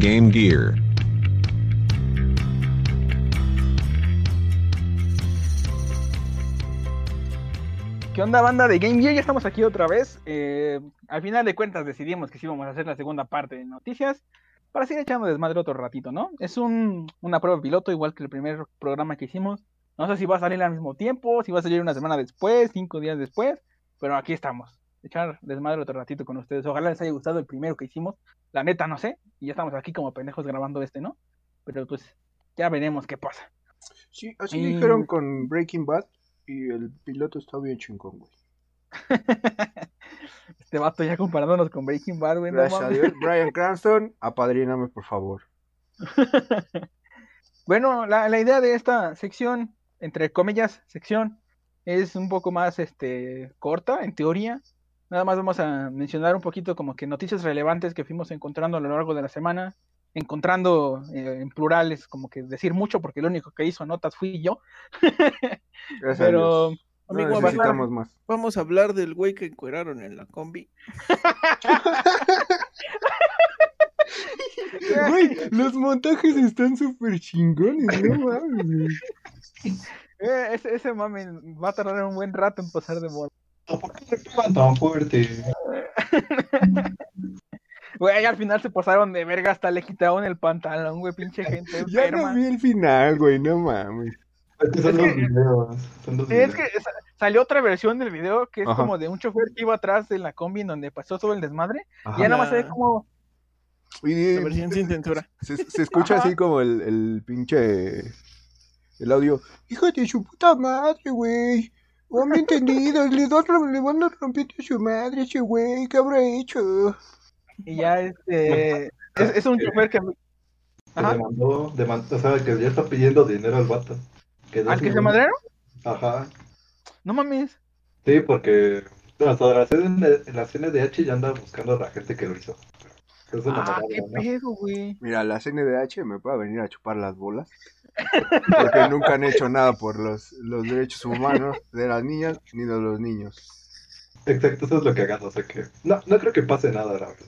Game Gear. ¿Qué onda, banda de Game Gear? Ya estamos aquí otra vez. Al final de cuentas decidimos que sí íbamos a hacer la segunda parte de noticias para seguir echando desmadre otro ratito, ¿no? Es una prueba piloto, igual que el primer programa que hicimos. No sé si va a salir al mismo tiempo, si va a salir una semana después, 5 días después, pero aquí estamos. Echar desmadre otro ratito con ustedes. Ojalá les haya gustado el primero que hicimos. La neta, no sé. Y ya estamos aquí como pendejos grabando este, ¿no? Pero pues ya veremos qué pasa. Sí, así Y... dijeron con Breaking Bad y el piloto está bien chingón, güey. Este vato ya comparándonos con Breaking Bad, güey, no Gracias a mames. Dios. Bryan Cranston, apadríname, por favor. Bueno, la idea de esta sección, entre comillas, sección, es un poco más corta, en teoría. Nada más vamos a mencionar un poquito como que noticias relevantes que fuimos encontrando a lo largo de la semana, encontrando en plurales, como que decir mucho, porque el único que hizo notas fui yo. Gracias a Pero, Dios. No amigo, necesitamos más. Vamos a hablar del güey que encueraron en la combi. Güey, los montajes están súper chingones, no mames. ese mame va a tardar un buen rato en pasar de moda. ¿Por qué le pegan tan fuerte? Güey, al final se pasaron de verga, hasta le quitaron el pantalón, güey, pinche gente Ya enferma. no vi el final, güey, no mames. Son los videos. Son los videos. Es que salió otra versión del video que es Ajá. como de un chofer que iba atrás de la combi en donde pasó todo el desmadre. Ajá. Y ya nada más se ve como... Y La versión sin censura. se escucha Ajá. así como el pinche... El audio. Hijo de su puta madre, güey. No me entendido. Le van a romper a su madre ese güey. ¿Qué habrá hecho? Y ya es un chofer que... Ajá. Demandó, o sea, que ya está pidiendo dinero al vato. ¿Al que se madrearon? Ajá. No mames. Sí, porque hasta la CNDH ya anda buscando a la gente que lo hizo. Es una mamada, Qué ¿no? pedo, güey. Mira, la CNDH me puede venir a chupar las bolas. Porque nunca han hecho nada por los derechos humanos de las niñas ni de los niños. Exacto, eso es lo que hagan, o sea que... No creo que pase nada, la verdad.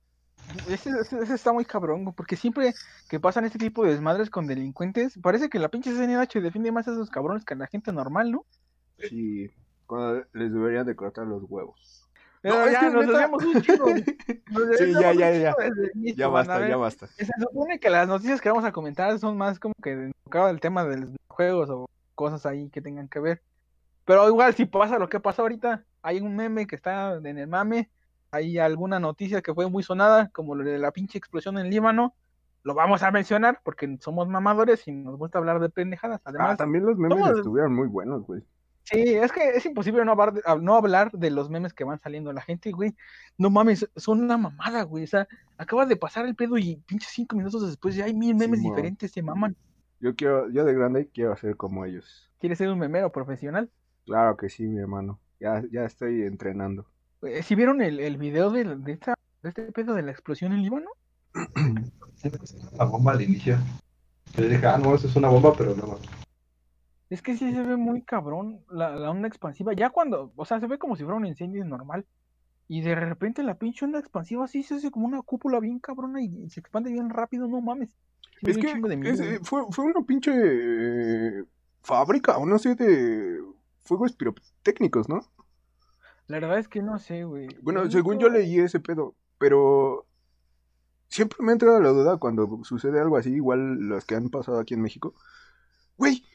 Ese está muy cabrón, güey, porque siempre que pasan este tipo de desmadres con delincuentes, parece que la pinche CNH defiende más a esos cabrones que a la gente normal, ¿no? Sí, cuando les deberían de cortar los huevos. Pero No, es ya que nos neta- desviamos un chingo. Nos Sí, desviamos ya. un chingo desde el inicio, Ya banda. A basta, ver, ya basta. se supone que las noticias que vamos a comentar son más como que enfocado el tema de los videojuegos o cosas ahí que tengan que ver. Pero igual, si pasa lo que pasa ahorita, hay un meme que está en el mame, hay alguna noticia que fue muy sonada, como lo de la pinche explosión en Líbano, lo vamos a mencionar porque somos mamadores y nos gusta hablar de pendejadas. Además, También los memes somos- estuvieron muy buenos, güey. sí, es que es imposible no hablar de los memes que van saliendo. La gente, güey, no mames, son una mamada, güey. O sea, acabas de pasar el pedo y pinche 5 minutos después ya hay 1000 memes Simón. diferentes, se maman. Yo de grande quiero ser como ellos. ¿Quieres ser un memero profesional? Claro que sí, mi hermano. Ya estoy entrenando. ¿Sí vieron el video de este pedo de la explosión en Líbano? La bomba al inicio. Yo dije, no, eso es una bomba, pero no. Es que sí se ve muy cabrón la onda expansiva. Ya cuando, o sea, se ve como si fuera un incendio normal. Y de repente la pinche onda expansiva sí se hace como una cúpula bien cabrona y se expande bien rápido, no mames. Sí me Es dio un que chingo de miedo, güey. fue una pinche fábrica, o no sé, de fuegos pirotécnicos, ¿no? La verdad es que no sé, güey. Bueno, según yo leí ese pedo, pero siempre me ha entrado la duda cuando sucede algo así, igual los que han pasado aquí en México. Güey,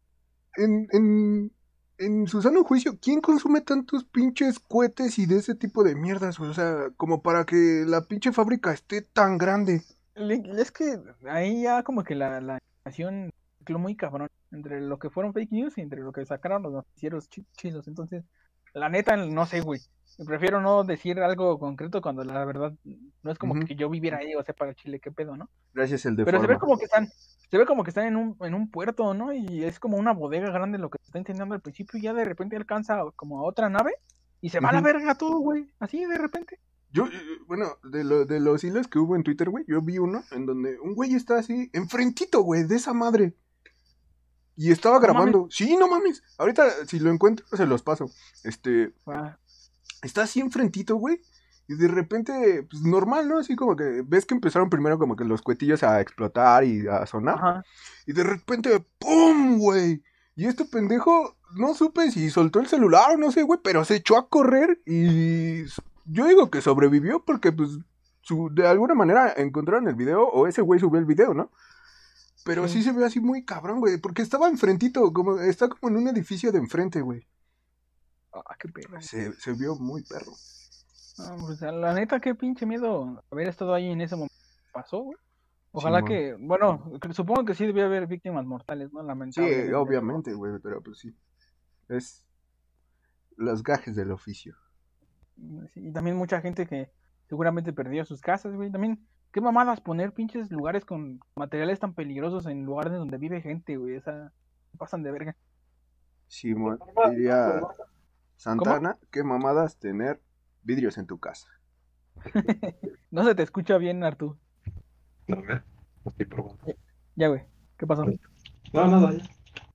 en su sano juicio, ¿quién consume tantos pinches cohetes y de ese tipo de mierdas, güey? O sea, como para que la pinche fábrica esté tan grande. Es que ahí ya como que la información mezcló muy cabrón entre lo que fueron fake news y entre lo que sacaron los noticieros chidos. Entonces, la neta, no sé, güey. Prefiero no decir algo concreto cuando la verdad no es como Ujú. que yo viviera ahí o sepa el Chile qué pedo, ¿no? Gracias el de Pero se ve forma. como que están en un puerto, ¿no? Y es como una bodega grande lo que se está entendiendo al principio y ya de repente alcanza como a otra nave y se va a la Ujú. verga todo, güey. Así de repente. Yo, bueno, de los hilos que hubo en Twitter, güey, yo vi uno en donde un güey está así, enfrentito, güey, de esa madre. Y estaba No grabando. Sí, no mames. Ahorita, si lo encuentro, se los paso. Ah, Está así enfrentito, güey. Y de repente, pues normal, ¿no? Así como que ves que empezaron primero como que los cuetillos a explotar y a sonar. Ajá. Y de repente, ¡pum, güey! Y este pendejo, no supe si soltó el celular o no sé, güey, pero se echó a correr y yo digo que sobrevivió porque, pues, de alguna manera encontraron el video o ese güey subió el video, ¿no? Pero sí se ve así muy cabrón, güey, porque estaba enfrentito, está como en un edificio de enfrente, güey. Ah, qué perro. Se vio muy perro. No, pues, la neta, qué pinche miedo haber estado ahí en ese momento. Pasó, güey. Ojalá Simón. que, bueno, supongo que sí debía haber víctimas mortales, ¿no? Sí, Lamentablemente. obviamente, güey, pero pues sí. Es los gajes del oficio. Sí, y también mucha gente que seguramente perdió sus casas, güey. También, qué mamadas poner pinches lugares con materiales tan peligrosos en lugares donde vive gente, güey. Esa pasan de verga. Simón, diría ¿Cómo? Santana, qué mamadas tener vidrios en tu casa. No se te escucha bien, Artú. A ver, estoy probando. Ya, güey. ¿Qué pasó? No, nada, ya.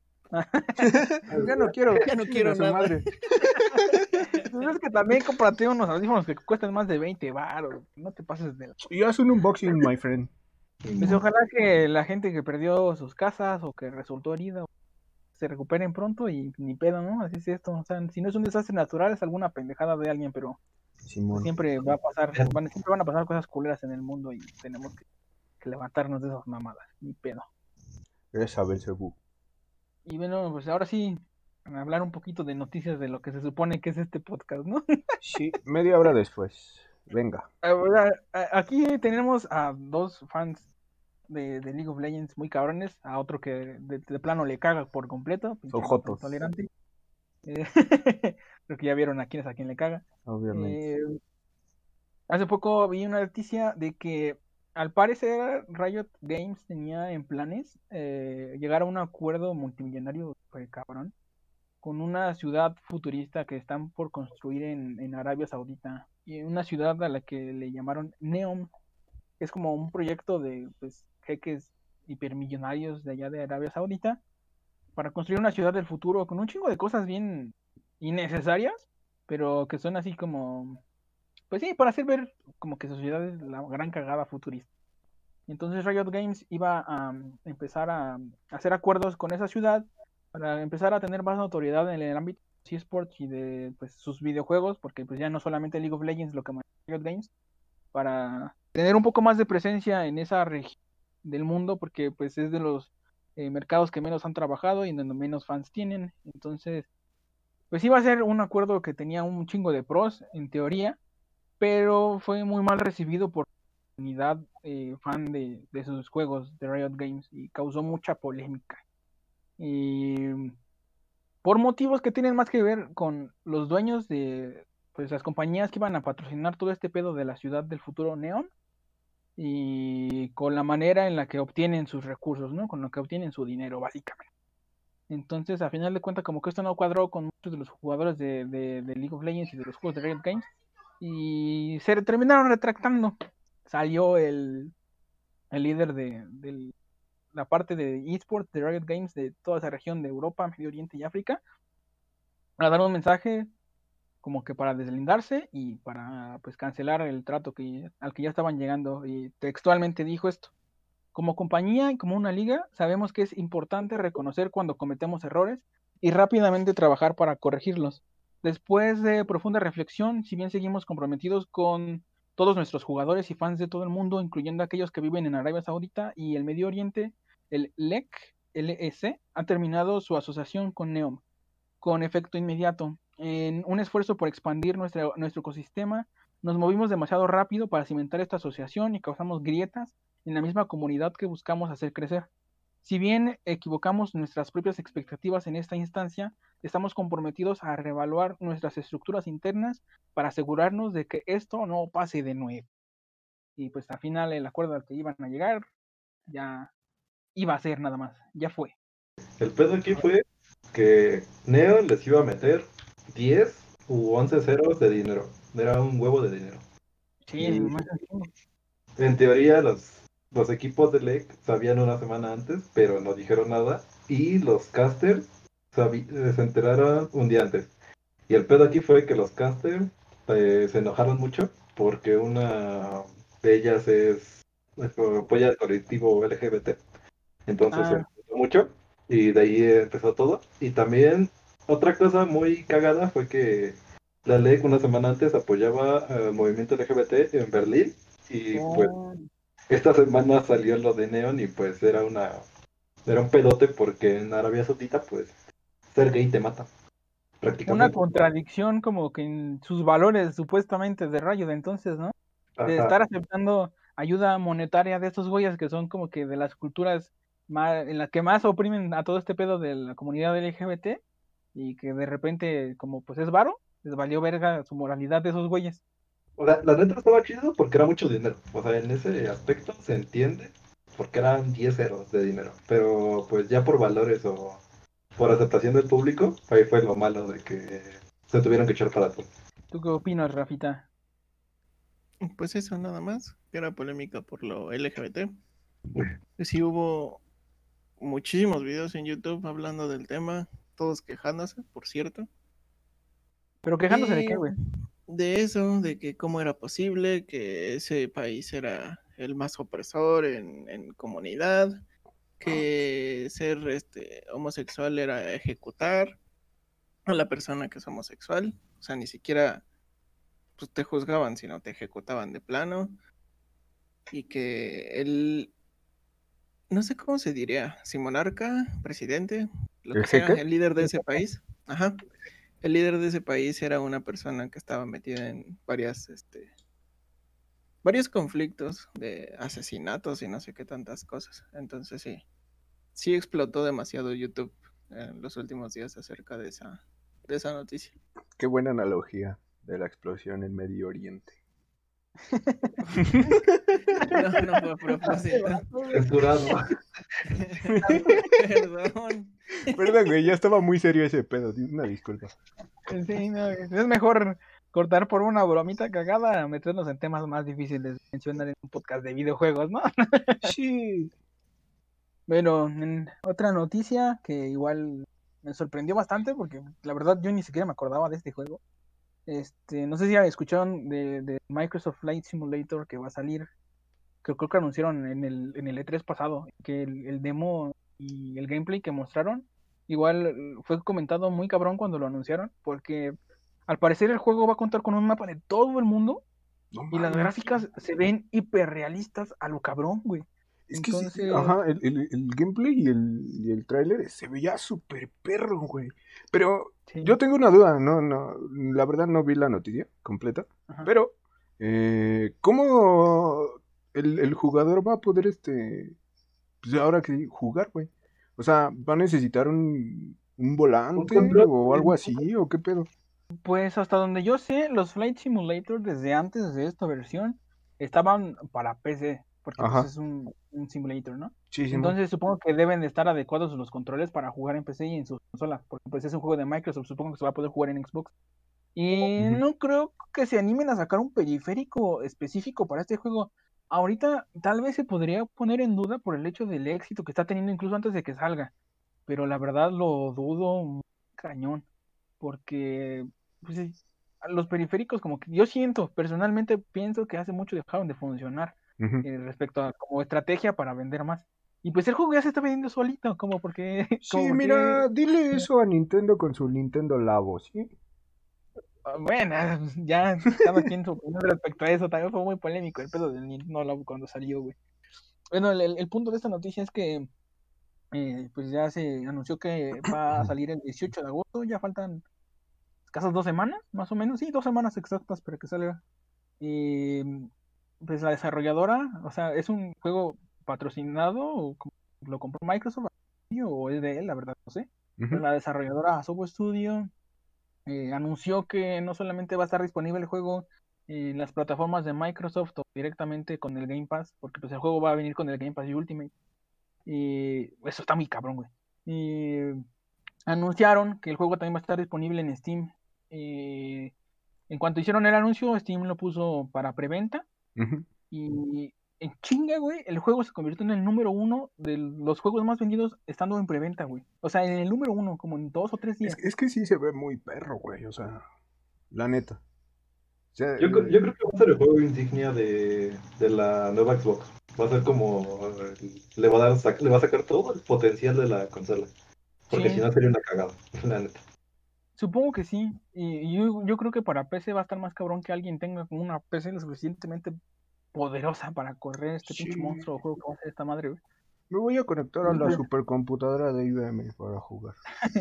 Ya no quiero, Ya no chinguen quiero a su nada. madre. Pues es que también cómprate unos audífonos que cuestan más de 20 baros. No te pases de la... Y haz un unboxing, my friend. Pues ojalá que la gente que perdió sus casas o que resultó herida se recuperen pronto y ni pedo, ¿no? Así es esto. O sea, si no es un desastre natural, es alguna pendejada de alguien, pero Simón. siempre va a pasar, siempre van a pasar cosas culeras en el mundo y tenemos que levantarnos de esas mamadas. Ni pedo. Eres Abelcebú. Y bueno, pues ahora sí, hablar un poquito de noticias de lo que se supone que es este podcast, ¿no? Sí, media hora después. Venga. Aquí tenemos a dos fans de League of Legends muy cabrones, a otro que de plano le caga por completo, pinche Son vato jotos. intolerante. Creo que ya vieron a quién es a quien le caga. Obviamente. Hace poco vi una noticia de que al parecer Riot Games tenía en planes llegar a un acuerdo multimillonario cabrón con una ciudad futurista que están por construir en Arabia Saudita, y una ciudad a la que le llamaron Neom. Es como un proyecto de pues jeques hipermillonarios de allá de Arabia Saudita para construir una ciudad del futuro con un chingo de cosas bien innecesarias, pero que son así como, pues sí, para hacer ver como que su ciudad es la gran cagada futurista. Entonces Riot Games iba a empezar a hacer acuerdos con esa ciudad para empezar a tener más notoriedad en el ámbito de esports y de pues, sus videojuegos, porque pues ya no solamente League of Legends lo que maneja Riot Games, para tener un poco más de presencia en esa región del mundo, porque pues es de los mercados que menos han trabajado y donde menos fans tienen. Entonces, pues iba a ser un acuerdo que tenía un chingo de pros en teoría, pero fue muy mal recibido por la comunidad fan de sus juegos de Riot Games y causó mucha polémica. Por motivos que tienen más que ver con los dueños de pues las compañías que iban a patrocinar todo este pedo de la ciudad del futuro Neon y con la manera en la que obtienen sus recursos, ¿no? Con lo que obtienen su dinero, básicamente. Entonces, a final de cuentas, como que esto no cuadró con muchos de los jugadores de League of Legends y de los juegos de Riot Games, y se terminaron retractando. Salió el líder de la parte de eSports de Riot Games de toda esa región de Europa, Medio Oriente y África, a dar un mensaje como que para deslindarse y para pues cancelar el trato al que ya estaban llegando, y textualmente dijo esto: como compañía y como una liga, sabemos que es importante reconocer cuando cometemos errores y rápidamente trabajar para corregirlos. Después de profunda reflexión, si bien seguimos comprometidos con todos nuestros jugadores y fans de todo el mundo, incluyendo aquellos que viven en Arabia Saudita y el Medio Oriente, el LEC ha terminado su asociación con Neom con efecto inmediato. En un esfuerzo por expandir nuestro ecosistema, nos movimos demasiado rápido para cimentar esta asociación y causamos grietas en la misma comunidad que buscamos hacer crecer. Si bien equivocamos nuestras propias expectativas en esta instancia, estamos comprometidos a reevaluar nuestras estructuras internas para asegurarnos de que esto no pase de nuevo. Y pues al final el acuerdo al que iban a llegar ya iba a ser nada más, ya fue. El pedo aquí fue que Neo les iba a meter 10 u 11 ceros de dinero. Era un huevo de dinero. Sí, Y más en teoría los equipos de LEC sabían una semana antes, pero no dijeron nada. Y los casters se enteraron un día antes. Y el pedo aquí fue que los casters se enojaron mucho porque una de ellas apoya el colectivo LGBT. Entonces se Ah, empezó mucho y de ahí empezó todo. Y también otra cosa muy cagada fue que la ley una semana antes apoyaba al movimiento LGBT en Berlín y pues oh, esta semana salió lo de Neon y pues era un pedote porque en Arabia Saudita pues ser gay te mata una prácticamente. contradicción como que en sus valores supuestamente de Riot, entonces, ¿no? De Ajá. estar aceptando ayuda monetaria de estos güeyes que son como que de las culturas más, en las que más oprimen a todo este pedo de la comunidad LGBT y que de repente, como pues es varo, les valió verga su moralidad de esos güeyes. O sea, la neta estaba chido porque era mucho dinero. O sea, en ese aspecto se entiende porque eran 10 ceros de dinero. Pero pues ya por valores o por aceptación del público, ahí fue lo malo de que se tuvieron que echar para atrás. ¿Tú qué opinas, Rafita? Pues eso nada más, que era polémica por lo LGBT. Sí hubo muchísimos videos en YouTube hablando del tema, todos quejándose, por cierto. Pero quejándose de Y qué, güey. de eso, de que cómo era posible que ese país era el más opresor en comunidad, que ser homosexual era ejecutar a la persona que es homosexual, o sea, ni siquiera pues, te juzgaban, sino te ejecutaban de plano, y que él, no sé cómo se diría, si monarca, presidente, lo ¿El que sea, jeque? el líder de ese país, ajá, el líder de ese país era una persona que estaba metida en varios conflictos de asesinatos y no sé qué tantas cosas. Entonces sí explotó demasiado YouTube en los últimos días acerca de esa noticia. Qué buena analogía de la explosión en Medio Oriente. No, no fue a Qué propósito. vato, güey. Censurado. Perdón. Perdón, güey, ya estaba muy serio ese pedo. Una disculpa. Sí, no, es mejor cortar por una bromita cagada a meternos en temas más difíciles de mencionar en un podcast de videojuegos, ¿no? Sí. Bueno, en otra noticia que igual me sorprendió bastante porque la verdad yo ni siquiera me acordaba de este juego. No sé si escucharon de Microsoft Flight Simulator que va a salir. Creo que anunciaron en el E3 pasado que el demo y el gameplay que mostraron igual fue comentado muy cabrón cuando lo anunciaron porque al parecer el juego va a contar con un mapa de todo el mundo No y las mames. gráficas se ven hiperrealistas a lo cabrón, güey. Es que sí, Entonces, ajá, el gameplay y el tráiler se veía súper perro, güey. Pero sí, yo tengo una duda, no, la verdad no vi la noticia completa. ajá. Pero, ¿cómo el jugador va a poder, pues ahora que jugar, güey? O sea, ¿va a necesitar un Un volante control. o algo así o qué pedo? Pues hasta donde yo sé, los Flight Simulator desde antes de esta versión estaban para PC, porque pues Ajá, es un simulator, ¿no? sí, Simón. Entonces supongo que deben de estar adecuados los controles para jugar en PC y en sus consolas, porque pues es un juego de Microsoft, supongo que se va a poder jugar en Xbox. Y Ujú, no creo que se animen a sacar un periférico específico para este juego. Ahorita tal vez se podría poner en duda por el hecho del éxito que está teniendo incluso antes de que salga, pero la verdad lo dudo muy cañón, porque pues, sí, los periféricos como que yo siento, personalmente pienso que hace mucho dejaron de funcionar ujú. respecto a como estrategia para vender más. Y pues el juego ya se está vendiendo solito, como porque, como Sí, porque mira, dile eso a Nintendo con su Nintendo Labo, ¿sí? bueno, ya cada quien su opinión respecto a eso, también fue muy polémico el pedo del Nintendo Labo cuando salió, güey. Bueno, el punto de esta noticia es que pues ya se anunció que va a salir el 18 de agosto, ya faltan escasas 2 semanas, más o menos, sí, 2 semanas exactas para que salga. Y pues la desarrolladora, o sea, es un juego patrocinado, o lo compró Microsoft, o es de él, la verdad, no sé. Pero Ujú, la desarrolladora Asobo Studio anunció que no solamente va a estar disponible el juego en las plataformas de Microsoft o directamente con el Game Pass, porque pues el juego va a venir con el Game Pass y Ultimate. Y eso está muy cabrón, güey. Y anunciaron que el juego también va a estar disponible en Steam. Y en cuanto hicieron el anuncio, Steam lo puso para preventa. ujú. Y en chinga, güey, el juego se convirtió en el número uno de los juegos más vendidos estando en preventa, güey. O sea, en el número uno, como en 2 o 3 días. Es que sí se ve muy perro, güey, o sea, la neta. sea, Yo creo que va a ser el juego insignia de la nueva Xbox. Va a ser como le va a le va a sacar todo el potencial de la consola. Porque si Sí, no sería una cagada, la neta. supongo que sí. Y yo creo que para PC va a estar más cabrón que alguien tenga como una PC lo suficientemente poderosa para correr este pinche sí, monstruo o juego que va a ser esta madre, güey. me voy a conectar a Y la pues, supercomputadora de IBM para jugar.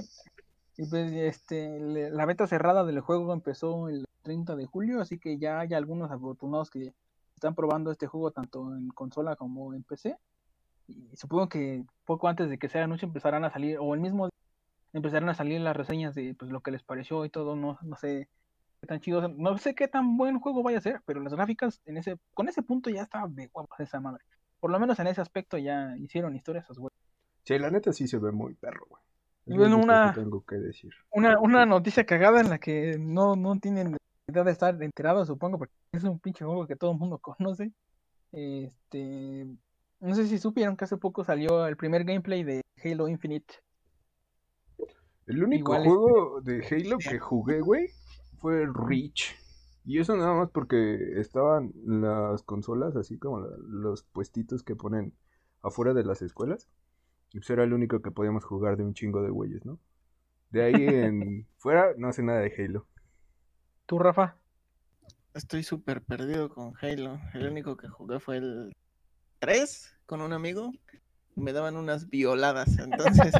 la beta cerrada del juego empezó el 30 de julio, así que ya hay algunos afortunados que están probando este juego tanto en consola como en PC. Y supongo que poco antes de que sea anuncio empezarán a salir, o el mismo día empezarán a salir las reseñas de pues, lo que les pareció y todo. No sé qué tan chido, no sé qué tan buen juego vaya a ser, pero las gráficas con ese punto ya está de guapas esa madre. Por lo menos en ese aspecto ya hicieron historias esos güeyes. Sí, la neta sí se ve muy perro, güey. Y Es lo bueno, único que tengo que decir. una noticia cagada en la que no tienen necesidad de estar enterados, supongo, porque es un pinche juego que todo el mundo conoce. Este, no sé si supieron que hace poco salió el primer gameplay de Halo Infinite. El único Igual juego de Halo que jugué, güey, fue el Reach. Y eso nada más porque estaban las consolas, así como los puestitos que ponen afuera de las escuelas. Y pues era el único que podíamos jugar de un chingo de güeyes, ¿no? De ahí en fuera no sé nada de Halo. tú, Rafa. Estoy súper perdido con Halo. El único que jugué fue el 3 con un amigo. Me daban unas violadas, entonces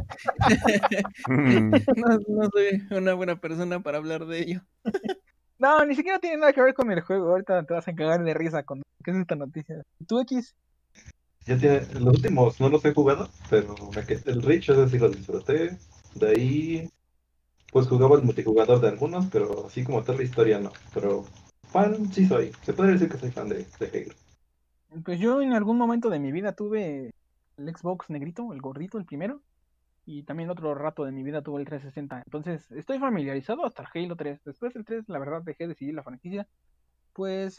no soy una buena persona para hablar de ello. No, ni siquiera tiene nada que ver con el juego. Ahorita te vas a cagar de risa con qué es esta noticia. ¿Tú, X? Ya tiene, los últimos no los he jugado, pero el Reach, ese sí lo disfruté. De ahí, pues jugaba el multijugador de algunos, pero así como tal la historia no. Pero fan sí soy. Se puede decir que soy fan de Halo. Pues yo en algún momento de mi vida tuve el Xbox negrito, el gordito, el primero. Y también otro rato de mi vida tuve el 360. Entonces estoy familiarizado hasta el Halo 3. Después del 3, la verdad, dejé de seguir la franquicia. Pues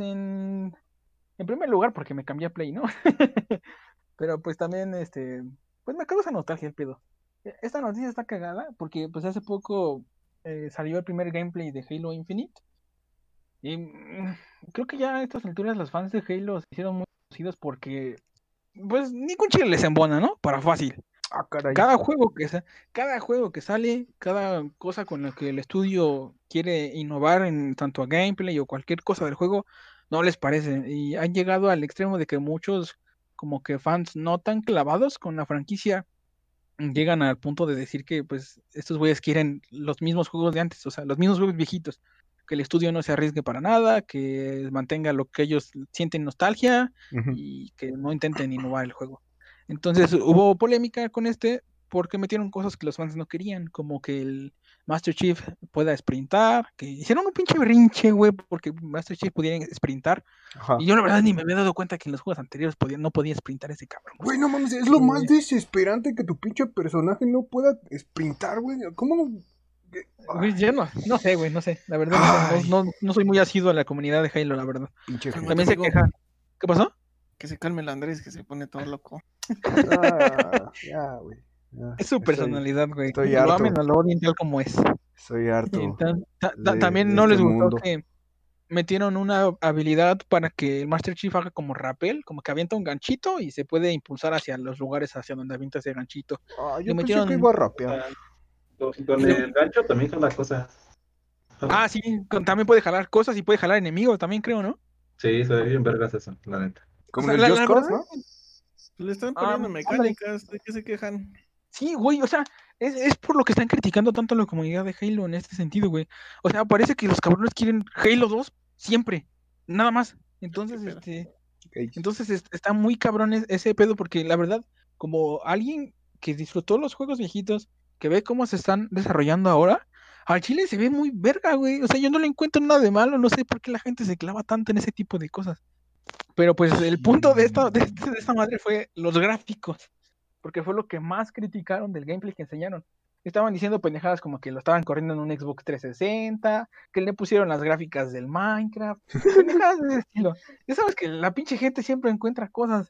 en primer lugar porque me cambié a Play, ¿no? Pero pues también, pues me causa nostalgia el pedo. Esta noticia está cagada porque pues hace poco salió el primer gameplay de Halo Infinite. Y creo que ya a estas alturas los fans de Halo se hicieron muy conocidos porque, pues, ni con chile les embona, ¿no? Para fácil. Ah, caray. Cada juego que sale, cada cosa con la que el estudio quiere innovar en tanto a gameplay o cualquier cosa del juego, no les parece. Y han llegado al extremo de que muchos, como que fans no tan clavados con la franquicia, llegan al punto de decir que pues estos güeyes quieren los mismos juegos de antes, o sea, los mismos juegos viejitos, que el estudio no se arriesgue para nada, que mantenga lo que ellos sienten nostalgia Ujú. y que no intenten innovar el juego. Entonces hubo polémica con porque metieron cosas que los fans no querían, como que el Master Chief pueda sprintar, que hicieron un pinche berrinche, güey, porque Master Chief pudiera sprintar, Ajá. y yo la verdad ni me había dado cuenta que en los juegos anteriores no podía sprintar ese cabrón, güey. Güey, no mames, es lo más Eh, desesperante que tu pinche personaje no pueda sprintar, güey. ¿Cómo no? Güey, yo no sé, güey, no sé. La verdad no sé. Ay, No soy muy asiduo a la comunidad de Halo, la verdad. pinche Cálmate, También se gente. amigo. queja. ¿Qué pasó? Que se calme el Andrés, que se pone todo loco. Ah, ya, güey. Ya, Es su personalidad, güey. estoy Lo harto. amen o lo odien tal como es. Estoy harto También de no este les gustó mundo. que metieron una habilidad para que el Master Chief haga como rappel, como que avienta un ganchito y se puede impulsar hacia los lugares hacia donde avienta ese ganchito. Ah, Le yo pensé que metieron. iba a rapear. Con el gancho también son las cosas. Ah, sí, también puede jalar cosas y puede jalar enemigos, también creo, ¿no? Sí, se ve bien vergas eso, la neta. O Como sea, en el Just la verdad, Cause, ¿no? Le están ah, poniendo ándale. mecánicas, ¿de qué se quejan? Sí, güey, o sea, es por lo que están criticando tanto a la comunidad de Halo en este sentido, güey. O sea, parece que los cabrones quieren Halo 2 siempre, nada más. ¿Qué Entonces, pedo? Ey. está muy cabrón ese pedo, porque la verdad, como alguien que disfrutó los juegos viejitos, que ve cómo se están desarrollando ahora, al chile se ve muy verga, güey. O sea, yo no le encuentro nada de malo, no sé por qué la gente se clava tanto en ese tipo de cosas. Pero pues el punto de esta madre fue los gráficos, porque fue lo que más criticaron del gameplay que enseñaron. Estaban diciendo pendejadas como que lo estaban corriendo en un Xbox 360, que le pusieron las gráficas del Minecraft, pendejadas de ese estilo. Ya sabes que la pinche gente siempre encuentra cosas.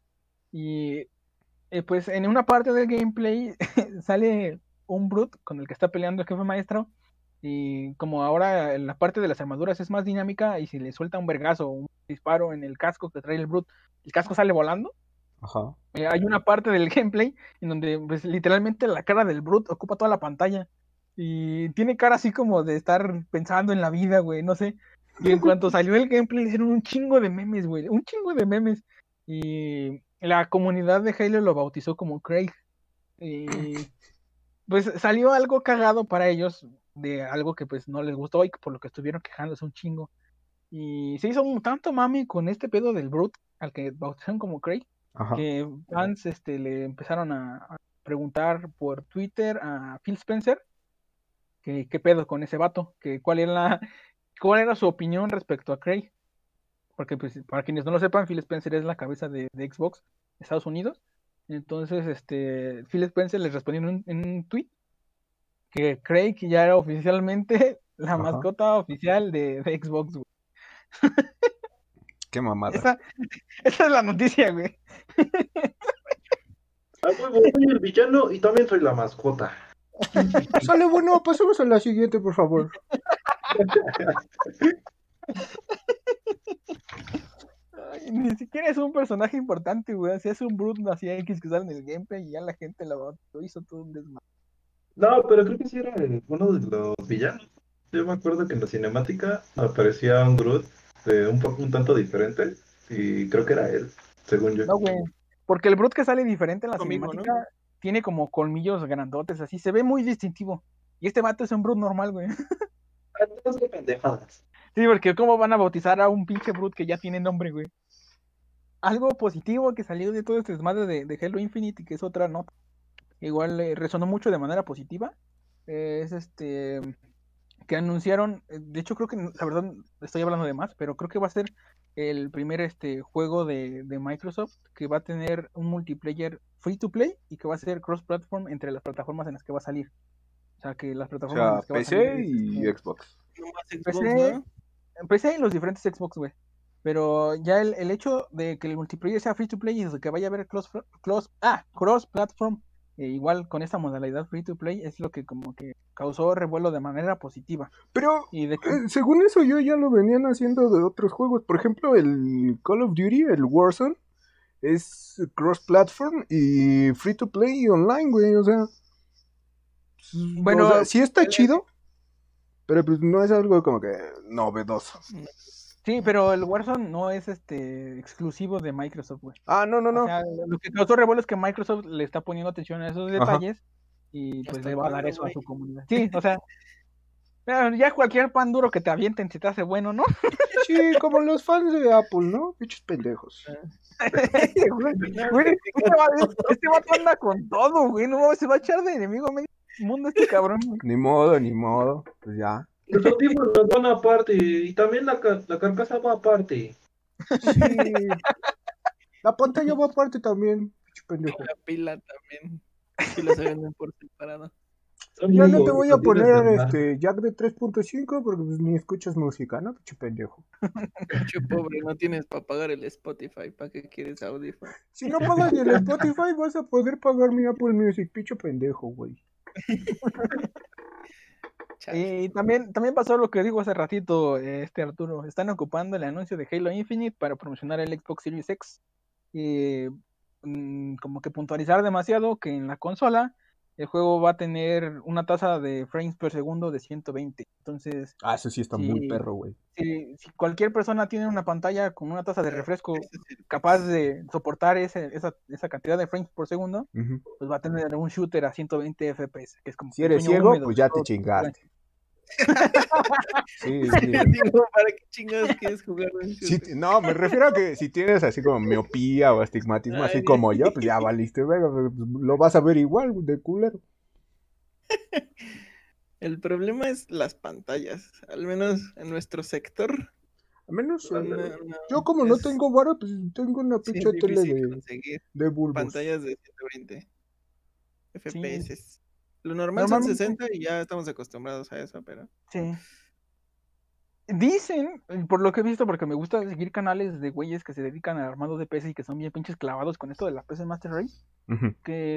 Y pues en una parte del gameplay sale un Brute con el que está peleando el jefe maestro Y como ahora la parte de las armaduras es más dinámica y si le suelta un vergazo o un disparo en el casco que trae el Brute, el casco sale volando. Ajá. Hay una parte del gameplay en donde pues, literalmente la cara del Brute ocupa toda la pantalla. Y tiene cara así como de estar pensando en la vida, güey, no sé. Y en cuanto salió el gameplay, le hicieron un chingo de memes, güey, un chingo de memes. Y la comunidad de Halo lo bautizó como Craig. Y pues salió algo cagado para ellos, de algo que pues no les gustó y por lo que estuvieron quejándose un chingo. Y se hizo un tanto mami con este pedo del Brute, al que bautizaron como Craig, Ajá. que fans le empezaron a preguntar por Twitter a Phil Spencer que qué pedo con ese vato, que cuál era su opinión respecto a Craig. Porque pues, para quienes no lo sepan, Phil Spencer es la cabeza de Xbox de Estados Unidos. Entonces, Phil Spencer les respondió en un tweet que Craig ya era oficialmente la Ajá. mascota oficial de Xbox, güey. Qué mamada. Esa es la noticia, güey. Ah, huevo, soy el villano y también soy la mascota. Sale, bueno, pasemos a la siguiente, por favor. Ay, ni siquiera es un personaje importante, güey. Así es un Brute así X que sale en el gameplay y ya la gente lo hizo todo un desmadre. No, pero creo que sí era uno de los villanos. Yo me acuerdo que en la cinemática aparecía un Groot un tanto diferente y creo que era él, según yo. No, güey. Porque el Brute que sale diferente en la Conmigo, cinemática tiene como colmillos grandotes, así. Se ve muy distintivo. Y este vato es un Brute normal, güey. Entonces, qué pendejadas. Sí, porque ¿cómo van a bautizar a un pinche Brute que ya tiene nombre, güey? Algo positivo que salió de todo este desmadre de Halo Infinite, que es otra nota. Igual resonó mucho de manera positiva. Es que anunciaron, de hecho creo que, la verdad, estoy hablando de más, pero creo que va a ser el primer juego de Microsoft que va a tener un multiplayer free to play y que va a ser cross-platform entre las plataformas en las que va a salir. O sea, que las O plataformas en sea, las que va a salir PC es, y Xbox. No más Xbox, PC, ¿no? PC y los diferentes Xbox, güey. Pero ya el hecho de que el multiplayer sea free to play y de que vaya a haber cross-platform, igual con esta modalidad free to play, es lo que como que causó revuelo de manera positiva. Pero, Y de que, según eso, yo ya lo venían haciendo de otros juegos. Por ejemplo, el Call of Duty, el Warzone, es cross-platform y free to play y online, güey. O sea, bueno, o sea, sí está chido, pero pues no es algo como que novedoso. sí, pero el Warzone no es exclusivo de Microsoft, güey. Ah, no, no, O no. sea, lo que causó revuelo es que Microsoft le está poniendo atención a esos Ajá. detalles y pues ¿Hasta le va a dar cuándo, eso a güey? su comunidad. Sí, o sea, ya cualquier pan duro que te avienten se te hace bueno, ¿no? Sí, como los fans de Apple, ¿no? Pichos pendejos. Güey, este vato anda con todo, güey. No mames, se va a echar de enemigo a medio mundo este cabrón, güey. Ni modo, ni modo. Pues ya. Los audífonos van aparte y también la carcasa va aparte. Sí. La pantalla va aparte también. Picho pendejo. La pila también. Sí las venden por separado. Son Ya muy no te voy a difíciles de poner armar. jack de 3.5 porque pues, ni escuchas música, ¿no? Picho pendejo. Pinche pobre, no tienes para pagar el Spotify. ¿Para qué quieres audífono? Si no pagas ni el Spotify, vas a poder pagar mi Apple Music, picho pendejo, güey. Y también pasó lo que digo hace ratito, Arturo. Están ocupando el anuncio de Halo Infinite para promocionar el Xbox Series X. Y como que puntualizar demasiado que en la consola el juego va a tener una tasa de frames por segundo de 120. Entonces, Ah, eso sí está si, muy perro, güey. si cualquier persona tiene una pantalla con una tasa de refresco capaz de soportar esa cantidad de frames por segundo, Ujú. pues va a tener un shooter a 120 FPS, que es como Si el eres sueño ciego, húmedo pues de ya te todos. chingaste. Sí, sí. Digo, ¿para qué chingados quieres jugar un Sí, shooter? no, me refiero a que si tienes así como miopía o astigmatismo, así Ay, como yo, pues ya valiste, verga, pues, lo vas a ver igual, de culero. el problema es las pantallas. Al menos en nuestro sector. Al menos son yo como no es- tengo varo, pues tengo una sí, pinche es tele difícil conseguir de bulbos. pantallas de 120 FPS. Sí, Lo normal son normalmente, 60 y ya estamos acostumbrados a eso, pero sí. Dicen, por lo que he visto, porque me gusta seguir canales de güeyes que se dedican al armado de PC y que son bien pinches clavados con esto de la PC Master Race, Ujú. que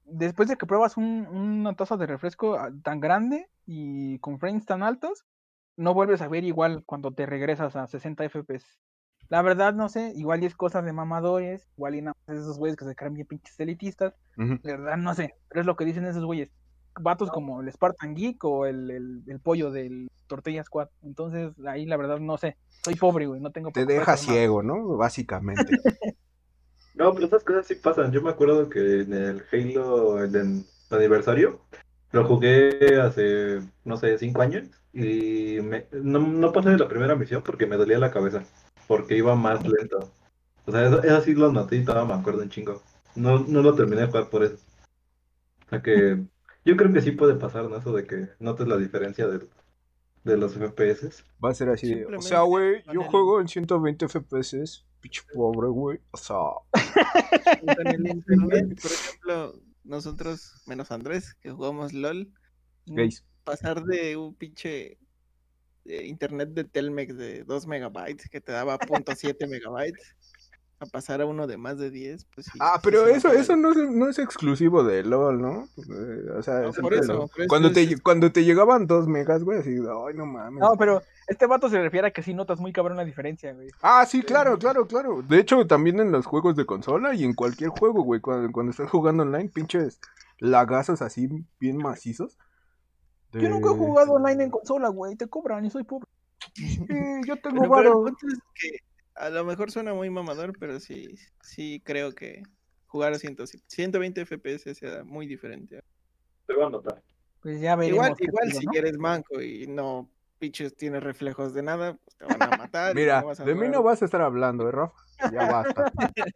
después de que pruebas una tasa de refresco tan grande y con frames tan altos, no vuelves a ver igual cuando te regresas a 60 FPS. La verdad, no sé, igual y es cosas de mamadores, igual y nada más esos güeyes que se creen bien pinches elitistas. Ujú. La verdad, no sé, pero es lo que dicen esos güeyes. Vatos como el Spartan Geek o el pollo del Tortilla Squad. Entonces, ahí la verdad, no sé. Soy pobre, güey, no tengo Te para comprar deja esas madres. ciego, ¿no? Básicamente. No, pero esas cosas sí pasan. Yo me acuerdo que en el Halo, el aniversario, lo jugué hace, no sé, 5 años y no pasé de la primera misión porque me dolía la cabeza, porque iba más lento. O sea, eso sí lo noté y todavía me acuerdo un chingo. No lo terminé de jugar por eso. O sea que yo creo que sí puede pasar, ¿no? Eso de que notes la diferencia de los FPS. Va a ser así de, o sea, Simplemente güey, con yo el, juego en 120 FPS, pinche pobre, güey. O sea, con el internet, por ejemplo, nosotros, menos Andrés, que jugamos LOL, gays. pasar de un pinche internet de Telmex de 2 megabytes que te daba 0.7 megabytes a pasar a uno de más de 10, pues sí, Ah, sí pero se eso, nota la eso diferencia. no es exclusivo de LOL, ¿no? O sea, No, eso por eso cuando es cuando te llegaban 2 megas, güey, así, ay, no mames. No, pero este vato se refiere a que sí notas muy cabrón la diferencia, güey. Ah, sí, claro, claro, claro. De hecho, también en los juegos de consola y en cualquier juego, güey, cuando estás jugando online, pinches lagazos así bien macizos. Yo nunca he De... jugado online en consola, güey, te cobran y soy pobre. Sí, yo tengo pero el varo. punto es que a lo mejor suena muy mamador, pero sí creo que jugar a 120 FPS sea muy diferente. Te va a notar. Pues ya Igual, veremos qué igual pedo, si ¿no? eres manco y no pinches tienes reflejos de nada, pues te van a matar y no Mira, vas a de mí jugar. no vas a estar hablando, Rafa? Ya basta.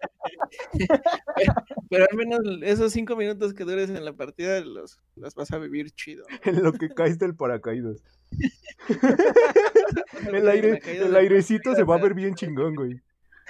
Pero al menos esos 5 minutos que dures en la partida los vas a vivir chido, ¿no? En lo que caes del paracaídas. Vas a vivir en la caída El del airecito se va a paracaídas. ver bien chingón, güey.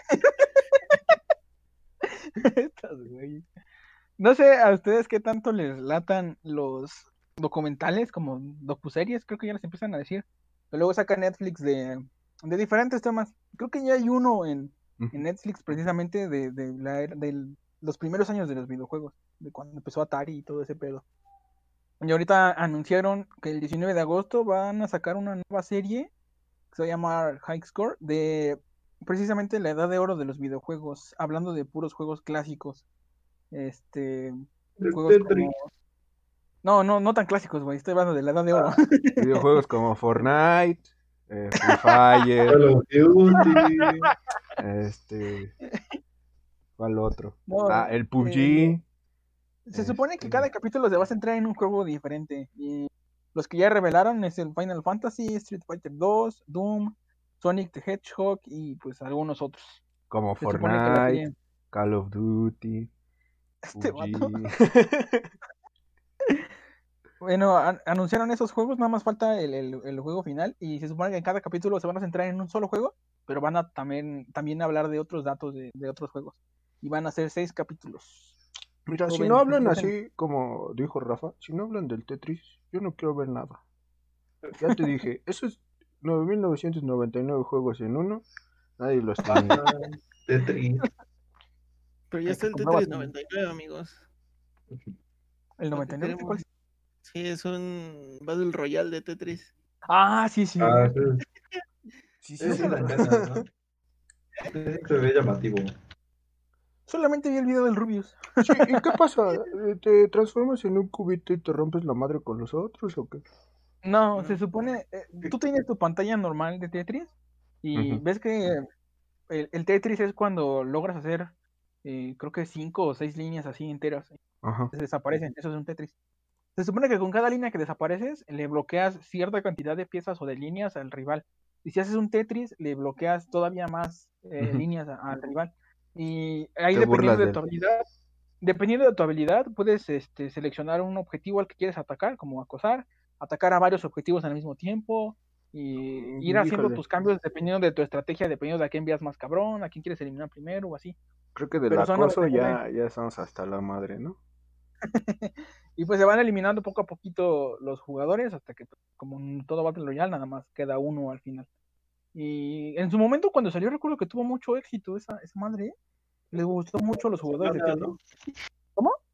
Estas, güey. No sé a ustedes qué tanto les latan los documentales como docuseries, creo que ya les empiezan a decir. Que luego saca Netflix de diferentes temas. Creo que ya hay uno en Netflix precisamente de los primeros años de los videojuegos, de cuando empezó Atari y todo ese pedo. Y ahorita anunciaron que el 19 de agosto van a sacar una nueva serie que se va a llamar High Score de precisamente la edad de oro de los videojuegos, hablando de puros juegos clásicos. Este, juegos Tetris. como... No tan clásicos, güey, estoy hablando de la edad de oro. Videojuegos como Fortnite, Free Fire, Call of Duty. este, ¿cuál otro? No, Ah, el PUBG. se supone que Este, cada capítulo se va a centrar en un juego diferente. Y los que ya revelaron es el Final Fantasy, Street Fighter 2, Doom, Sonic the Hedgehog y pues algunos otros. como Se supone que la Fortnite, serie... Call of Duty, Este vato. PUBG. Bueno, anunciaron esos juegos, nada más falta el juego final y se supone que en cada capítulo se van a centrar en un solo juego, pero van a también hablar de otros datos de otros juegos. Y van a ser 6 capítulos. Mira, si no Joven, hablan empiecen. así como dijo Rafa, si no hablan del Tetris, yo no quiero ver nada. Ya te dije, eso es 9.999 juegos en uno, nadie los tiene. Tetris. Pero ya El está que el compraba Tetris 99, amigos. el Lo que 99, ¿cuál queremos. es? Sí, es un Battle Royale de Tetris. Ah, sí, sí. Ah, Sí, sí, ese sí. sí dan ganas, ¿no? Ese se ve llamativo. Solamente vi el video del Rubius. Sí, ¿y qué pasa? ¿Te transformas en un cubito y te rompes la madre con los otros o qué? No, se No. supone, tú tienes tu pantalla normal de Tetris y Ujú. ves que el Tetris es cuando logras hacer, creo que 5 o 6 líneas así enteras. Ajá. Desaparecen, eso es un Tetris. Se supone que con cada línea que desapareces le bloqueas cierta cantidad de piezas o de líneas al rival. Y si haces un Tetris, le bloqueas todavía más Ujú. líneas al rival. Y ahí Te burlas de él. dependiendo de tu habilidad, puedes seleccionar un objetivo al que quieres atacar, como acosar, atacar a varios objetivos al mismo tiempo, y ir haciendo Híjole, tus cambios dependiendo de tu estrategia, dependiendo de a quién envías más cabrón, a quién quieres eliminar primero o así. creo que del Pero son acoso 99. ya estamos hasta la madre, ¿no? Y pues se van eliminando poco a poquito los jugadores hasta que, pues, como en todo Battle Royale, nada más queda uno al final. Y en su momento, cuando salió, recuerdo que tuvo mucho éxito esa madre. ¿Eh? Les gustó mucho a los jugadores de Semana, Tetris. ¿no? ¿Cómo?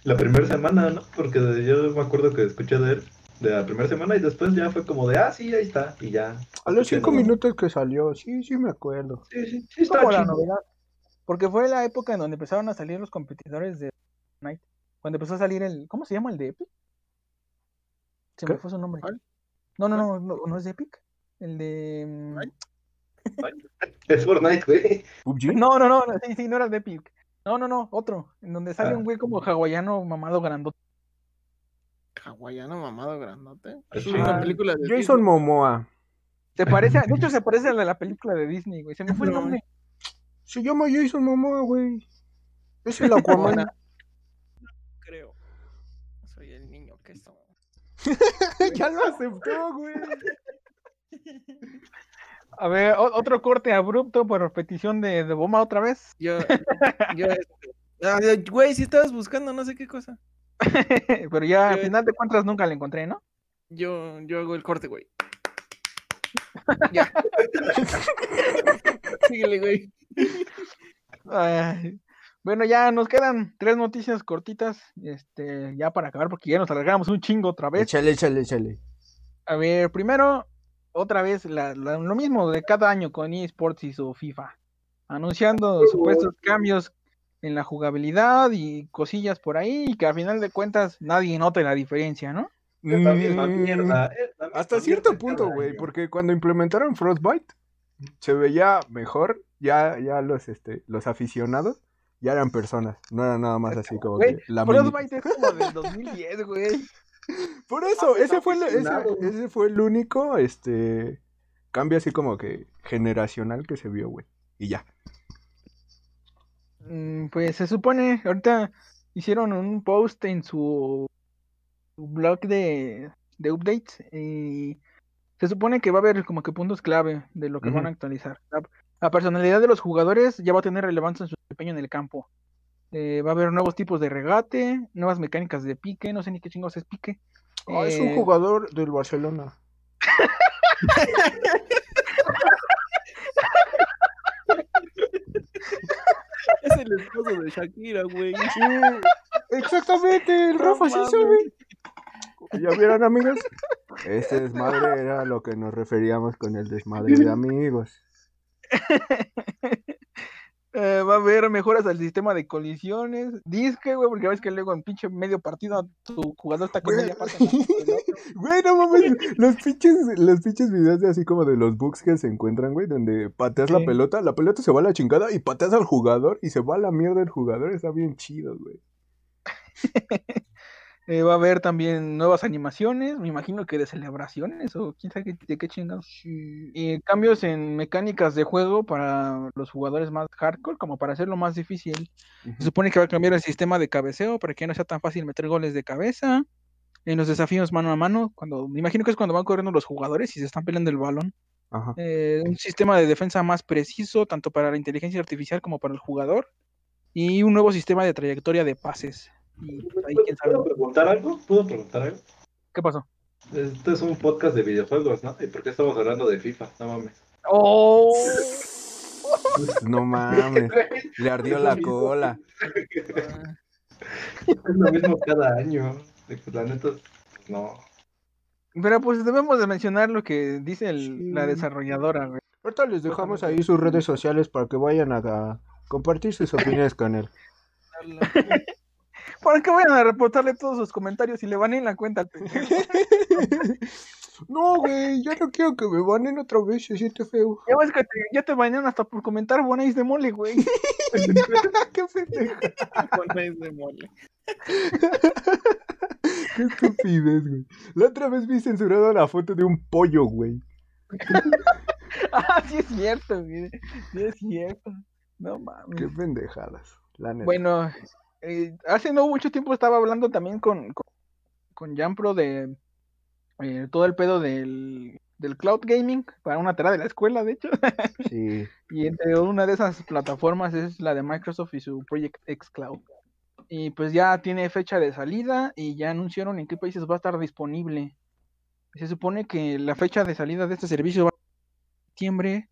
la primera semana, ¿no? Porque yo me acuerdo que escuché de él de la primera semana y después ya fue como de, ah, sí, ahí está, y ya. A los Escuché 5 nada más. minutos que salió, sí me acuerdo. Sí, sí, sí está Como la chido. novedad. Porque fue la época en donde empezaron a salir los competidores de Fortnite. Cuando empezó a salir el. ¿Cómo se llama el de Epic? Se ¿Qué? me fue su nombre. ¿Cuál? No es de Epic. El de. Ay, es Fortnite, güey. ¿PUBG? No, sí, no era el de Epic. No, otro. En donde sale Ah. un güey como hawaiano mamado grandote. Hawaiano mamado grandote. Sí. Es una película de Jason Disney. Momoa. Se parece, de hecho se parece a la película de Disney, güey. Se me fue el No. nombre. Se llama Jason Momoa, güey. Es el Aquaman. Ahora, creo. Soy el niño que soy. Ya lo aceptó, güey. A ver, otro corte abrupto por petición de Boma otra vez. Yo, güey, si estabas buscando no sé qué cosa. Pero ya al Yo- final de cuentas nunca la encontré, ¿no? Yo hago el corte, güey. Ya. Síguele, güey. Ay, bueno, ya nos quedan 3 noticias cortitas, ya para acabar, porque ya nos alargamos un chingo otra vez. Échale. A ver, primero, otra vez, lo mismo de cada año con eSports y su FIFA, anunciando supuestos cambios en la jugabilidad y cosillas por ahí, y que a final de cuentas nadie note la diferencia, ¿no? Es la misma mierda. Es la misma Hasta cierto mierda punto, cada güey, año. porque cuando implementaron Frostbite se veía mejor, ya los aficionados ya eran personas, no eran nada más así como Güey, que la Frostbite es como del 2010, güey. Por eso, ese fue aficionado. ese fue el único cambio así como que generacional que se vio, güey. Y ya. Pues se supone, ahorita hicieron un post en su blog de updates y se supone que va a haber como que puntos clave de lo que van a Ujú. actualizar. La personalidad de los jugadores ya va a tener relevancia en su desempeño en el campo. Va a haber nuevos tipos de regate, nuevas mecánicas de pique, no sé ni qué chingos es pique. Es un jugador del Barcelona. Es el esposo de Shakira, güey. Sí, exactamente, el No Rafa sí mames. sabe. ¿Ya vieron, amigos? Este desmadre era lo que nos referíamos con el desmadre de amigos. Va a haber mejoras al sistema de colisiones. Disque, güey, porque ves que luego en pinche medio partido tu jugador está con Güey, media pata en la foto del otro. güey, no mames, los pinches videos de así como de los bugs que se encuentran, güey, donde pateas Sí. la pelota se va a la chingada y pateas al jugador y se va a la mierda el jugador, está bien chido, güey. Va a haber también nuevas animaciones, me imagino que de celebraciones o quién sabe de qué chingados. Y cambios en mecánicas de juego para los jugadores más hardcore, como para hacerlo más difícil. Se supone que va a cambiar el sistema de cabeceo para que no sea tan fácil meter goles de cabeza. En los desafíos mano a mano, me imagino que es cuando van corriendo los jugadores y se están peleando el balón. Ajá. Un sistema de defensa más preciso, tanto para la inteligencia artificial como para el jugador. Y un nuevo sistema de trayectoria de pases. Y pues, ahí quién sabe. ¿Puedo preguntar algo? ¿Puedo preguntar algo? ¿Qué pasó? Este es un podcast de videojuegos, ¿no? ¿Y por qué estamos hablando de FIFA? No mames. ¡Oh! No mames, le ardió Es la lo mismo. cola. Es lo mismo cada año. Y pues la neta, no. Pero pues debemos de mencionar lo que dice Sí. la desarrolladora, güey. Ahorita les dejamos ahí sus redes sociales para que vayan a compartir sus opiniones con él. ¿Para qué vayan a reportarle todos sus comentarios y le van en la cuenta al pendejo? No, güey, ya no quiero que me banen otra vez, se siente feo. Ya ves que ya te bañan hasta por comentar Bonais de mole, güey. Qué pendejo. Bonais de mole. Qué estupidez, güey. La otra vez vi censurado la foto de un pollo, güey. Ah, sí es cierto, güey. Sí es cierto. No mames. Qué pendejadas, la neta. Bueno, hace no mucho tiempo estaba hablando también con Jampro de todo el pedo del cloud gaming para una tarea de la escuela, de hecho. Sí. Y entre una de esas plataformas es la de Microsoft y su Project X Cloud. Y pues ya tiene fecha de salida y ya anunciaron en qué países va a estar disponible. Se supone que la fecha de salida de este servicio va a ser en septiembre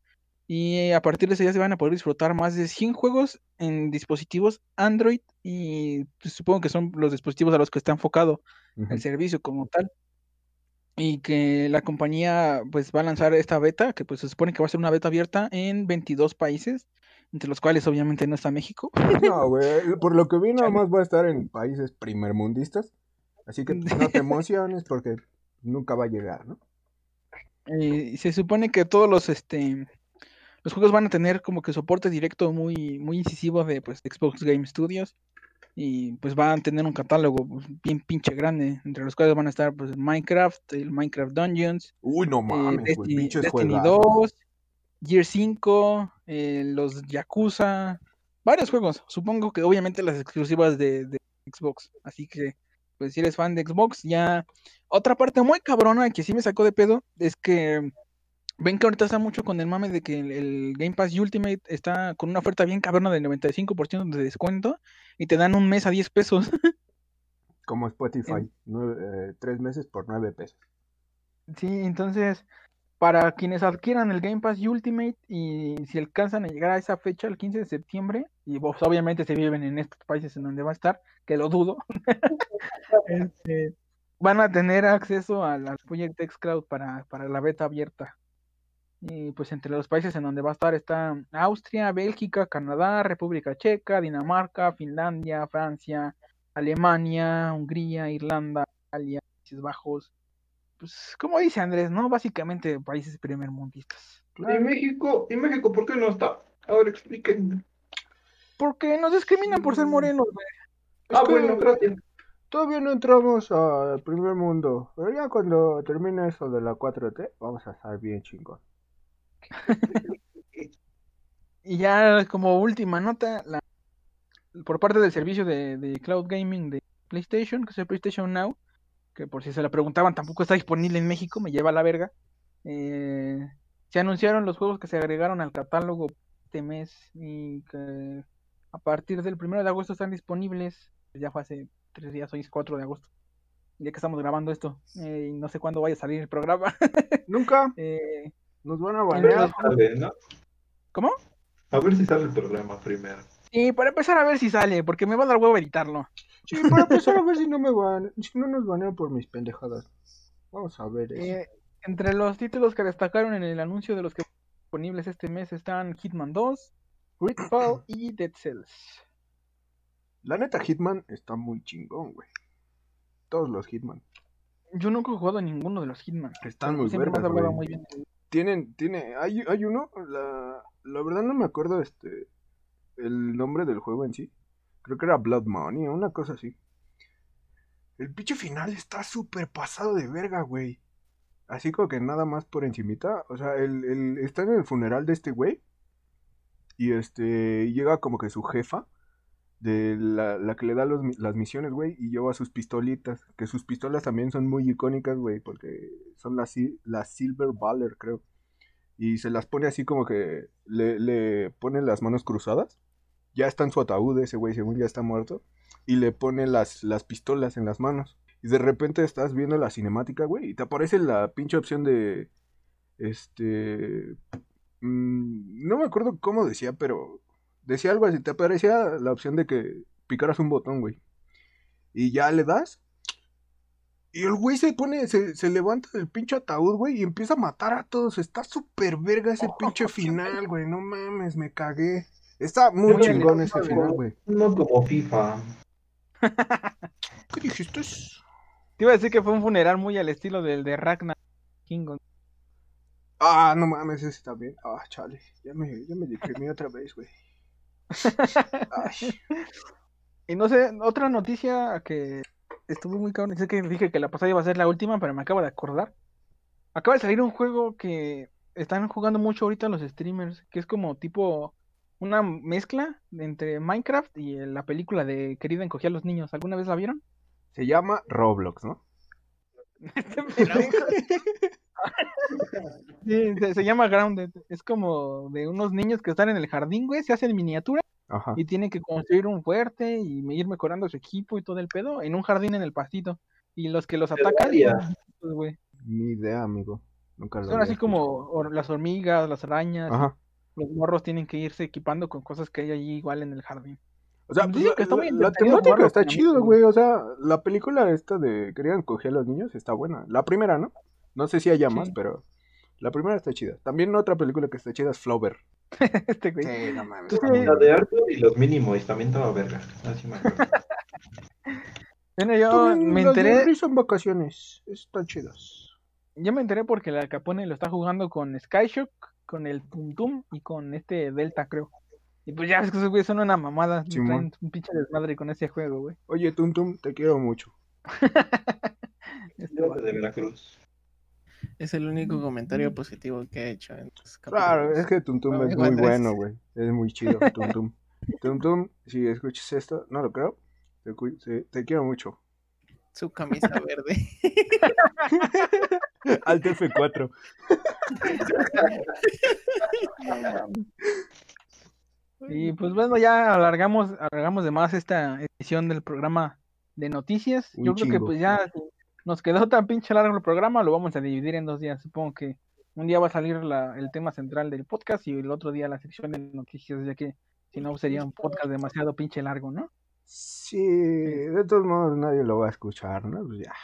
Y a partir de ese día se van a poder disfrutar más de 100 juegos en dispositivos Android y pues, supongo que son los dispositivos a los que está enfocado el Ujú. servicio como tal. Y que la compañía pues va a lanzar esta beta, que pues se supone que va a ser una beta abierta en 22 países, entre los cuales obviamente no está México. No, güey, por lo que vi nada Chale. más va a estar en países primermundistas, así que pues, no te emociones porque nunca va a llegar, ¿no? Y se supone que todos los juegos van a tener como que soporte directo muy incisivo de pues Xbox Game Studios y pues van a tener un catálogo pues, bien pinche grande, entre los cuales van a estar pues Minecraft, el Minecraft Dungeons, Uy, no mames, güey, Destiny, pinches Destiny juegazos. 2, Gear 5, los Yakuza, varios juegos. Supongo que obviamente las exclusivas de Xbox. Así que, pues si eres fan de Xbox, ya. Otra parte muy cabrona que sí me sacó de pedo es que ven que ahorita está mucho con el mame de que el Game Pass Ultimate está con una oferta bien cabrona del 95% de descuento y te dan un mes a 10 pesos. Como En- Spotify, 3 meses por 9 pesos. Sí, entonces, para quienes adquieran el Game Pass Ultimate y si alcanzan a llegar a esa fecha, el 15 de septiembre, y pues, obviamente se viven en estos países en donde va a estar, que lo dudo, este, van a tener acceso al Project X Cloud para la beta abierta. Y pues entre los países en donde va a estar está Austria, Bélgica, Canadá, República Checa, Dinamarca, Finlandia, Francia, Alemania, Hungría, Irlanda, Italia, Países Bajos. Pues como dice Andrés, ¿no? Básicamente países primermundistas. Claro. ¿Y México por qué no está? Ahora explíquenme. Porque nos discriminan por ser morenos, güey. Es Ah, bueno, que gracias. todavía no entramos al primer mundo, pero ya cuando termine eso de la 4T, vamos a estar bien chingón. Y ya como última nota, por parte del servicio de cloud gaming de PlayStation, que es el PlayStation Now, que por si se la preguntaban, tampoco está disponible en México, me lleva a la verga. eh, Se anunciaron los juegos que se agregaron al catálogo este mes y que a partir del 1 de agosto están disponibles. Ya fue hace 3 días, hoy es 4 de agosto, ya que estamos grabando esto. Y no sé cuándo vaya a salir el programa. Nunca Eh, nos van a A entre ver banear. los si juegos. sale, ¿no? ¿Cómo? A ver si sale el programa primero. Y para empezar a ver si sale, porque me va a dar huevo editarlo. Sí, para empezar a ver si no si no nos banean por mis pendejadas. Vamos a ver eso. Eh, Entre los títulos que destacaron en el anuncio de los que disponibles este mes están Hitman 2, Gridfall y Dead Cells. La neta, Hitman está muy chingón, güey. Todos los Hitman. Yo nunca he jugado a ninguno de los Hitman, Están pero muy pues siempre me has vergas, hablado güey. muy bien. Hay uno, la verdad no me acuerdo el nombre del juego en sí. Creo que era Blood Money o una cosa así. El pinche final está súper pasado de verga, güey. Así como que nada más por encimita. O sea, está en el funeral de este güey. Y llega como que su jefa. De la que le da las misiones, güey. Y lleva sus pistolitas. Que sus pistolas también son muy icónicas, güey. Porque son las Silver Baller, creo. Y se las pone así como que le pone las manos cruzadas. Ya está en su ataúd ese güey, según ya está muerto. Y le pone las pistolas en las manos. Y de repente estás viendo la cinemática, güey. Y te aparece la pinche opción de. No me acuerdo cómo decía, pero. Decía algo así. Te aparecía la opción de que picaras un botón, güey. Y ya le das. Y el güey se levanta del pinche ataúd, güey, y empieza a matar a todos. Está súper verga ese pinche final, güey. No mames, me cagué. Está muy Muy al chingón estilo ese final, güey. No como FIFA. ¿Qué dijiste? Te iba a decir que fue un funeral muy al estilo del de Ragnar King. Ah, no mames, ese también. Ah, chale. Ya me deprimí otra vez, güey. Ay. Y no sé, otra noticia que estuvo muy cabrón. Sé que dije que la pasada iba a ser la última, pero me acabo de acordar. Acaba de salir un juego que están jugando mucho ahorita los streamers, que es como tipo una mezcla entre Minecraft y la película de Querida encogía a los niños. ¿Alguna vez la vieron? Se llama Roblox, ¿no? Este pendejo. Sí, se llama Grounded. Es como de unos niños que están en el jardín, güey, se hacen miniatura Ajá. y tienen que construir un fuerte y ir mejorando su equipo y todo el pedo en un jardín en el pastito. Y los que los atacan Terraria. son güey. Ni idea, amigo. Nunca lo Son había así escuchado. como las hormigas, las arañas, y Ajá. los morros tienen que irse equipando con cosas que hay allí igual en el jardín. O sea, Dicen pues, que está muy la entretenido temática jugarlo está con chida, amigos, güey. O sea, la película esta de Querían coger a los niños está buena. La primera, ¿no? No sé si haya más, Sí. pero la primera está chida. También otra película que está chida es Flower. Este güey. Sí, no mames. Tú está sí, muy La buena. de Arthur y los Mínimos también estaba verga. Así me acuerdo. Bueno, yo También me las de enteré, Risa en Vacaciones. Están chidas. porque la Capone lo está jugando con Skyshock, con el Tum Tum y con este Delta, creo. Y pues ya ves que esos güeyes son una mamada, me Simón. traen un pinche desmadre con ese juego, güey. Oye, Tum Tum, te quiero mucho. Este Yo vato. de Veracruz. Es el único comentario positivo que he hecho en los Claro, capítulos. es que Tum Tum es Amigo muy Andrés. bueno, güey. Es muy chido, Tum Tum. Tum Tum, si escuchas esto, no lo creo. Te quiero mucho. Su camisa verde. Alt F4. No mames. Y pues bueno, ya alargamos de más esta edición del programa de noticias. Un Yo creo que chingo. pues ya si nos quedó tan pinche largo el programa, lo vamos a dividir en 2 días. Supongo que un día va a salir el tema central del podcast y el otro día la sección de noticias, ya que si no sería un podcast demasiado pinche largo, ¿no? Sí, de todos modos nadie lo va a escuchar, ¿no? Pues ya.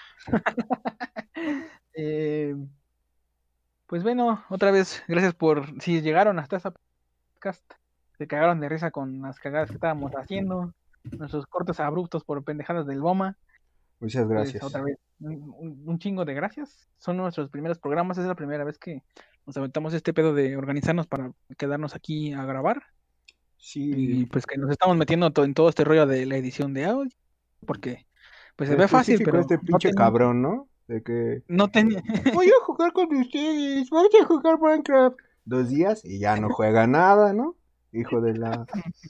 Eh, pues bueno, otra vez, gracias por si llegaron hasta esa podcast. Se cagaron de risa con las cagadas que estábamos haciendo, nuestros cortes abruptos por pendejadas del Boma. Muchas Pues gracias. otra vez, un chingo de gracias. Son nuestros primeros programas, es la primera vez que nos aventamos este pedo de organizarnos para quedarnos aquí a grabar. Sí, Y pues que nos estamos metiendo en todo este rollo de la edición de audio, porque pues se en ve fácil, específico pero este pinche cabrón, ¿no? De que no tenía voy a jugar con ustedes, voy a jugar Minecraft. 2 días y ya no juega nada, ¿no? Hijo de la...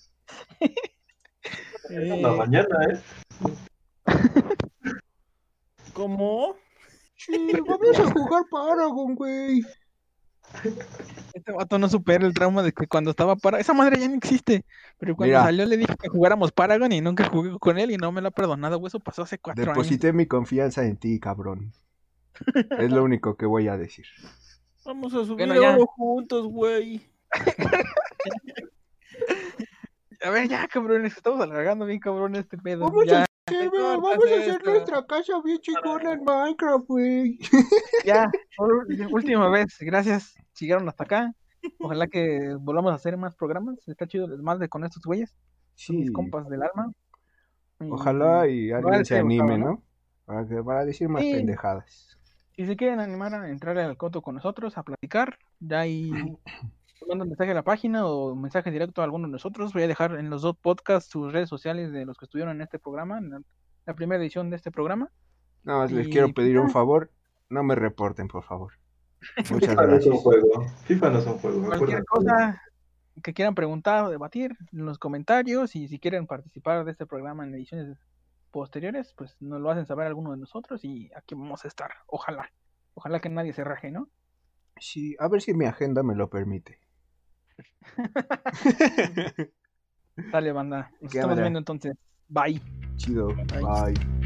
La mañana, ¿Cómo? Sí, vamos a jugar Paragon, güey. este vato no supera el trauma de que cuando estaba para esa madre ya no existe, pero cuando Mira. salió le dije que jugáramos Paragon y nunca jugué con él y no me lo ha perdonado, güey, eso pasó hace 4 años. Deposité mi confianza en ti, cabrón. Es lo único que voy a decir. Vamos a subir Bueno, ya. oro juntos, güey. A ver, ya, cabrones, estamos alargando bien, cabrón, este pedo. Vamos Ya, cortas a hacer esto. nuestra casa bien chingona en Minecraft, güey. ya, última vez, gracias, llegaron hasta acá. Ojalá que volvamos a hacer más programas. Está chido el desmadre con estos güeyes. Son mis Sí, compas del alma. ojalá y ojalá alguien les se haya gustado, anime, ¿no? ¿no? Para decir más Sí. pendejadas. Si se quieren animar a entrar al coto con nosotros, a platicar, ya ahí mandan mensaje a la página o mensaje directo a alguno de nosotros. Voy a dejar en los 2 podcasts sus redes sociales de los que estuvieron en este programa, en la primera edición de este programa. Nada más les Y quiero pues pedir ya. un favor. No me reporten, por favor. Muchas FIFA no es un gracias. juego. FIFA no es un juego. Cualquier acuérdate. cosa que quieran preguntar o debatir en los comentarios y si quieren participar de este programa en ediciones posteriores, pues nos lo hacen saber alguno de nosotros y aquí vamos a estar. Ojalá que nadie se raje, ¿no? Sí, a ver si mi agenda me lo permite. Dale, banda. Nos Cámara. estamos viendo entonces. Bye. Chido. Ay. Bye.